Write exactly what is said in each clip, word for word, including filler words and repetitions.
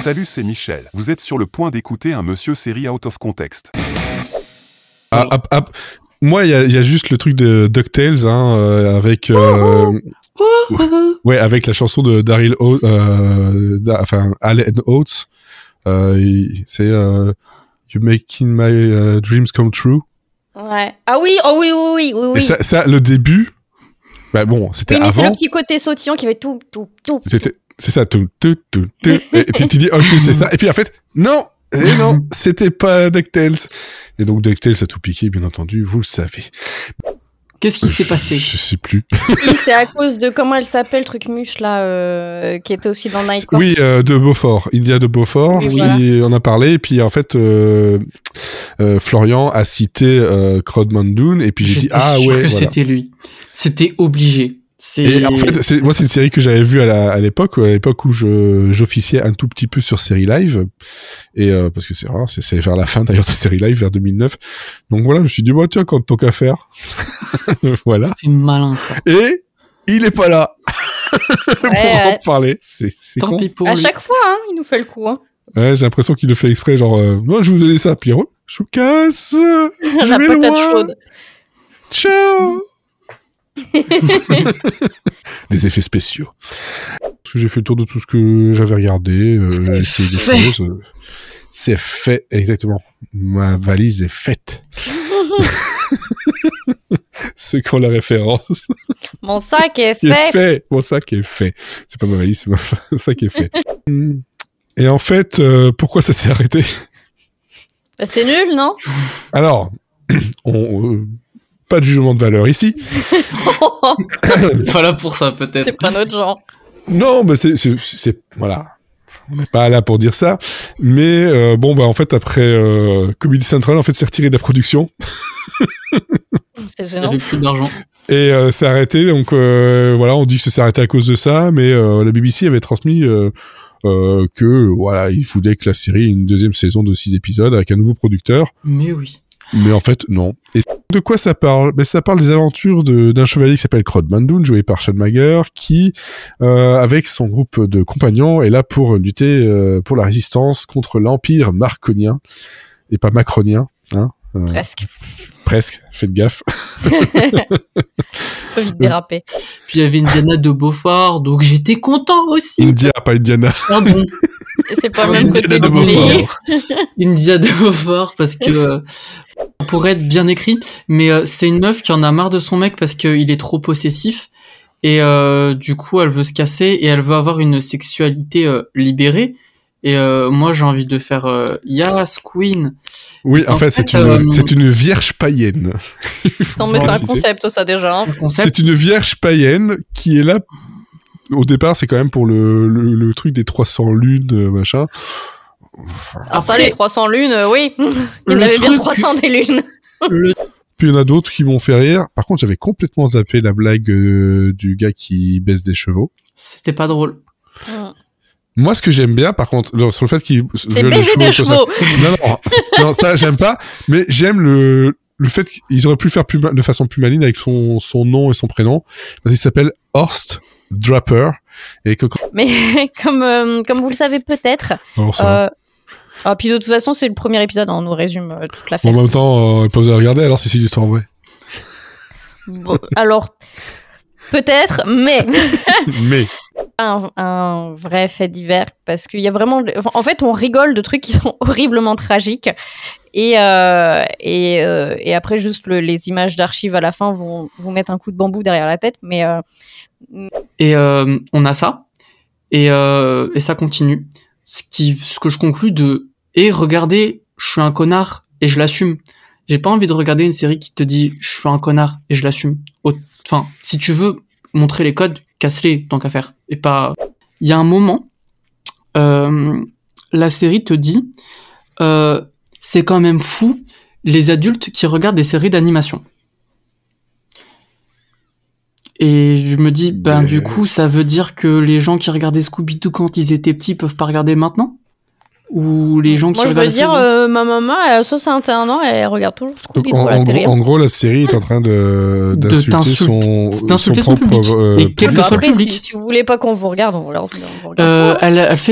Salut, c'est Michel. Vous êtes sur le point d'écouter un monsieur série out of context. Ah, ah, ah, moi, il y a, y a juste le truc de DuckTales, hein, euh, avec, euh, ouais, avec la chanson de Daryl, o- euh, da, enfin, Allen Oates. Euh, c'est euh, You Making My uh, Dreams Come True. Ouais. Ah oui, oh oui, oui, oui, oui. oui. Et ça, ça, le début, bah bon, c'était oui, mais avant. c'est le petit côté sautillant qui avait tout, tout, tout. C'était, c'est ça, tout, tout, tout, tout. Et tu, tu dis, ok, c'est ça. Et puis en fait, non, et non, c'était pas DuckTales. Et donc DuckTales a tout piqué, bien entendu, vous le savez. Qu'est-ce qui s'est passé? Je sais plus. Oui, c'est à cause de comment elle s'appelle, le truc muche là, euh, qui était aussi dans Night Court. Oui, euh, de Beaufort, India de Beaufort, Oui, qui voilà. en a parlé. Et puis en fait, euh, euh, Florian a cité euh, Crod Mandoon, et puis j'ai dit J'étais ah sûr ouais, que voilà. c'était lui. C'était obligé. C'est... Et en fait, c'est, moi, c'est une série que j'avais vue à, la, à l'époque, à l'époque où je, j'officiais un tout petit peu sur Série Live. Et, euh, parce que c'est rare, c'est, c'est vers la fin d'ailleurs de Série Live, vers deux mille neuf. Donc voilà, je me suis dit, bah, tiens, quand tant qu'à faire. Voilà. C'est malin, ça. Et, il est pas là. pour Ouais, en parler. C'est, c'est Tant con. pis pour à lui. chaque fois, hein, il nous fait le coup. Hein. Ouais, j'ai l'impression qu'il le fait exprès, genre, euh, non, je vous donnais ça, puis, oh, je vous casse. Je La vais patate loin. chaude. Ciao. Des effets spéciaux. Parce que j'ai fait le tour de tout ce que j'avais regardé, euh, C'est j'ai essayé des fait. choses. euh, C'est fait, exactement. Ma valise est faite. Ceux qui ont la référence. Mon sac est Qui est fait. fait. Mon sac est fait. C'est pas ma valise, c'est mon sac est fait. Et en fait, euh, pourquoi ça s'est arrêté? Bah, c'est nul, non? Alors, on, euh, pas de jugement de valeur ici. Voilà pour ça, peut-être. C'est pas notre genre. Non, mais c'est, c'est, c'est voilà. On n'est pas là pour dire ça, mais euh, bon bah en fait après euh, Comedy Central en fait s'est retiré de la production C'est Il gênant. avait plus d'argent. et euh, c'est arrêté, donc euh, voilà, on dit que ça s'est arrêté à cause de ça, mais euh, la B B C avait transmis euh, euh, que voilà, il voulait que la série ait une deuxième saison de six épisodes avec un nouveau producteur, Mais oui. mais en fait non. Et de quoi ça parle? Ben ça parle des aventures de, d'un chevalier qui s'appelle Crod Mandoon, joué par Sean Mager, qui euh, avec son groupe de compagnons est là pour lutter euh, pour la résistance contre l'empire marconien et pas macronien, hein. Euh, Presque. presque, faites gaffe. Faut vite déraper. Puis il y avait Indiana de Beaufort, donc j'étais content aussi. India, pas Indiana. Pardon. Et c'est pas le même côté Indiana de de privilégié. Beaufort. India de Beaufort, parce que euh, pour être bien écrit, mais euh, c'est une meuf qui en a marre de son mec parce qu'il est trop possessif et euh, du coup elle veut se casser et elle veut avoir une sexualité euh, libérée. Et euh, moi j'ai envie de faire euh, Yas Queen. Oui, en, En fait, fait, c'est une, euh, c'est une vierge païenne. Non, mais c'est Voilà, un concept, ça, déjà. hein. Un concept. C'est une vierge païenne qui est là. Au départ, c'est quand même pour le, le, le truc des trois cents lunes, euh, machin. Enfin, Alors ça, Après- les trois cents lunes, euh, oui. Il y en Le avait bien truc- trois cents des lunes. Le... puis il y en a d'autres qui m'ont fait rire. Par contre, j'avais complètement zappé la blague euh, du gars qui baisse des chevaux. C'était pas drôle. Moi, ce que j'aime bien, par contre, non, sur le fait qu'il C'est viole les baiser des tout ça. chevaux. Non, non, non, ça j'aime pas. Mais j'aime le le fait qu'ils auraient pu le faire plus ma- de façon plus maligne avec son son nom et son prénom, parce qu'il s'appelle Horst Draper et que quand... Mais comme, euh, comme vous le savez peut-être, Alors, ça va. euh... ah, puis de toute façon, c'est le premier épisode, hein, on nous résume euh, toute En l'affaire. même temps, euh, pas besoin de regarder. Alors si c'est une histoire vraie. Bon, alors, peut-être, mais Mais un, un vrai fait divers, parce qu'il y a vraiment... En fait, on rigole de trucs qui sont horriblement tragiques, et, euh, et, euh, et après, juste le- les images d'archives à la fin vont vous mettre un coup de bambou derrière la tête, mais... Euh, Et euh, on a ça, et, euh, et ça continue. Ce, qui, ce que je conclus de « Et regardez, je suis un connard et je l'assume ». J'ai pas envie de regarder une série qui te dit « Je suis un connard et je l'assume ». Enfin, si tu veux montrer les codes, casse-les tant qu'à faire. Et pas... Il y a un moment, euh, la série te dit euh, « C'est quand même fou les adultes qui regardent des séries d'animation ». Et je me dis, ben, Mais- du coup, ça veut dire que les gens qui regardaient Scooby-Doo quand ils étaient petits peuvent pas regarder maintenant? Ou les gens qui moi, je veux regardent dire, euh, ma maman, elle a soixante et un ans, elle regarde toujours donc Scooby-Doo en, à la en télé. gros, en gros, la série est en train de De d'insulter t'insulter- son d'insulter son propre public. euh, Et quel Oui, que bah soit le après, si, public. si vous voulez pas qu'on vous regarde, on vous regarde. on vous regarde Euh, pas. elle, elle fait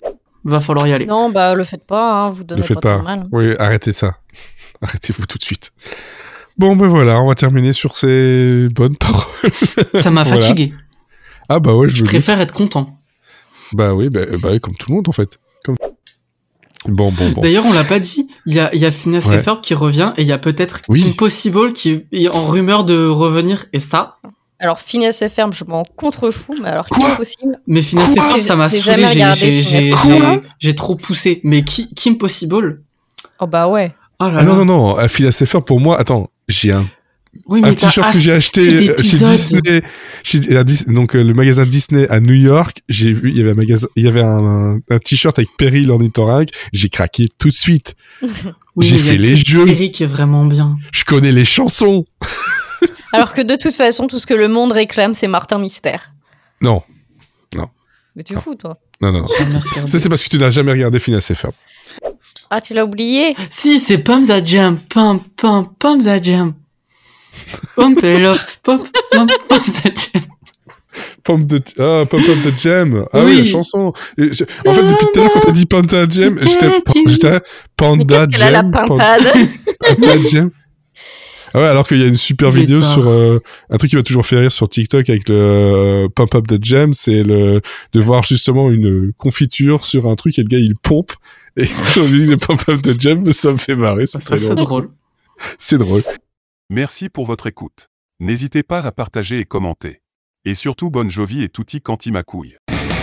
va falloir y aller. Non, bah le faites pas, hein, vous donnez Le faites pas, pas. trop mal. Oui, arrêtez ça. Arrêtez-vous tout de suite. Bon, ben voilà, on va terminer sur ces bonnes paroles. Ça m'a Voilà. fatigué. Ah bah ouais, je, Je me préfère être content. doute. Bah oui, bah, bah oui, comme tout le monde en fait. Comme... Bon, bon, bon. D'ailleurs, on l'a pas dit. Il y a, il y a Phineas Ouais. et Ferb qui revient et il y a peut-être Oui. Kim Possible qui est en rumeur de revenir et ça. Alors, Phineas et Ferb, je m'en contrefous, mais alors, Quoi Kim Possible. Mais Phineas et Quoi Ferb, ça m'a J'ai saoulé. jamais J'ai, regardé j'ai, j'ai, Phineas et j'ai, Ferb. j'ai trop poussé. Mais Ki- Kim Possible. Oh bah ouais. Oh là Ah non, là. non, non, à Phineas et Ferb, pour moi, attends, j'ai un, Oui, mais un t'as t-shirt que j'ai assez acheté euh, chez d'épisodes. Disney, chez, la Dis- donc euh, le magasin Disney à New York, j'ai vu, il y avait un magasin, il y avait un, un, un t-shirt avec Perry l'ornithorynque, j'ai craqué tout de suite. Oui, j'ai mais il y a fait les que jeux. Perry qui est vraiment bien. Je connais les chansons. Alors que de toute façon, tout ce que le monde réclame, c'est Martin Mystère. Non, Mais tu Non. fous, toi. non, non, non. Jamais regardé. Ça, c'est parce que tu n'as jamais regardé Phineas et Ferb. Ah, tu l'as oublié? Si, c'est Pump That Jam, Pump, Pump, Pump That Jam. Pump it up, Pump, Pump, Pump That Jam. Pump the, ah, Pump Up the Jam. Ah oui, Oui. la chanson. Et je- en fait, depuis tout à l'heure, quand t'as dit Pump the Jam, j'étais, j'étais, Mais Panda qu'est-ce qu'elle a la Jam. pintade? Panda Jam. Ah ouais, alors qu'il y a une super Il est vidéo tard. sur, euh, un truc qui m'a toujours fait rire sur TikTok avec le euh, Pump Up the Jam, c'est le, de voir justement une confiture sur un truc et le gars il pompe. Et sur la musique de Pump Up the Jam, ça me fait marrer. C'est Ça, très c'est drôle. drôle. C'est drôle. Merci pour votre écoute. N'hésitez pas à partager et commenter. Et surtout bonne Jovi et tutti quanti ma couille.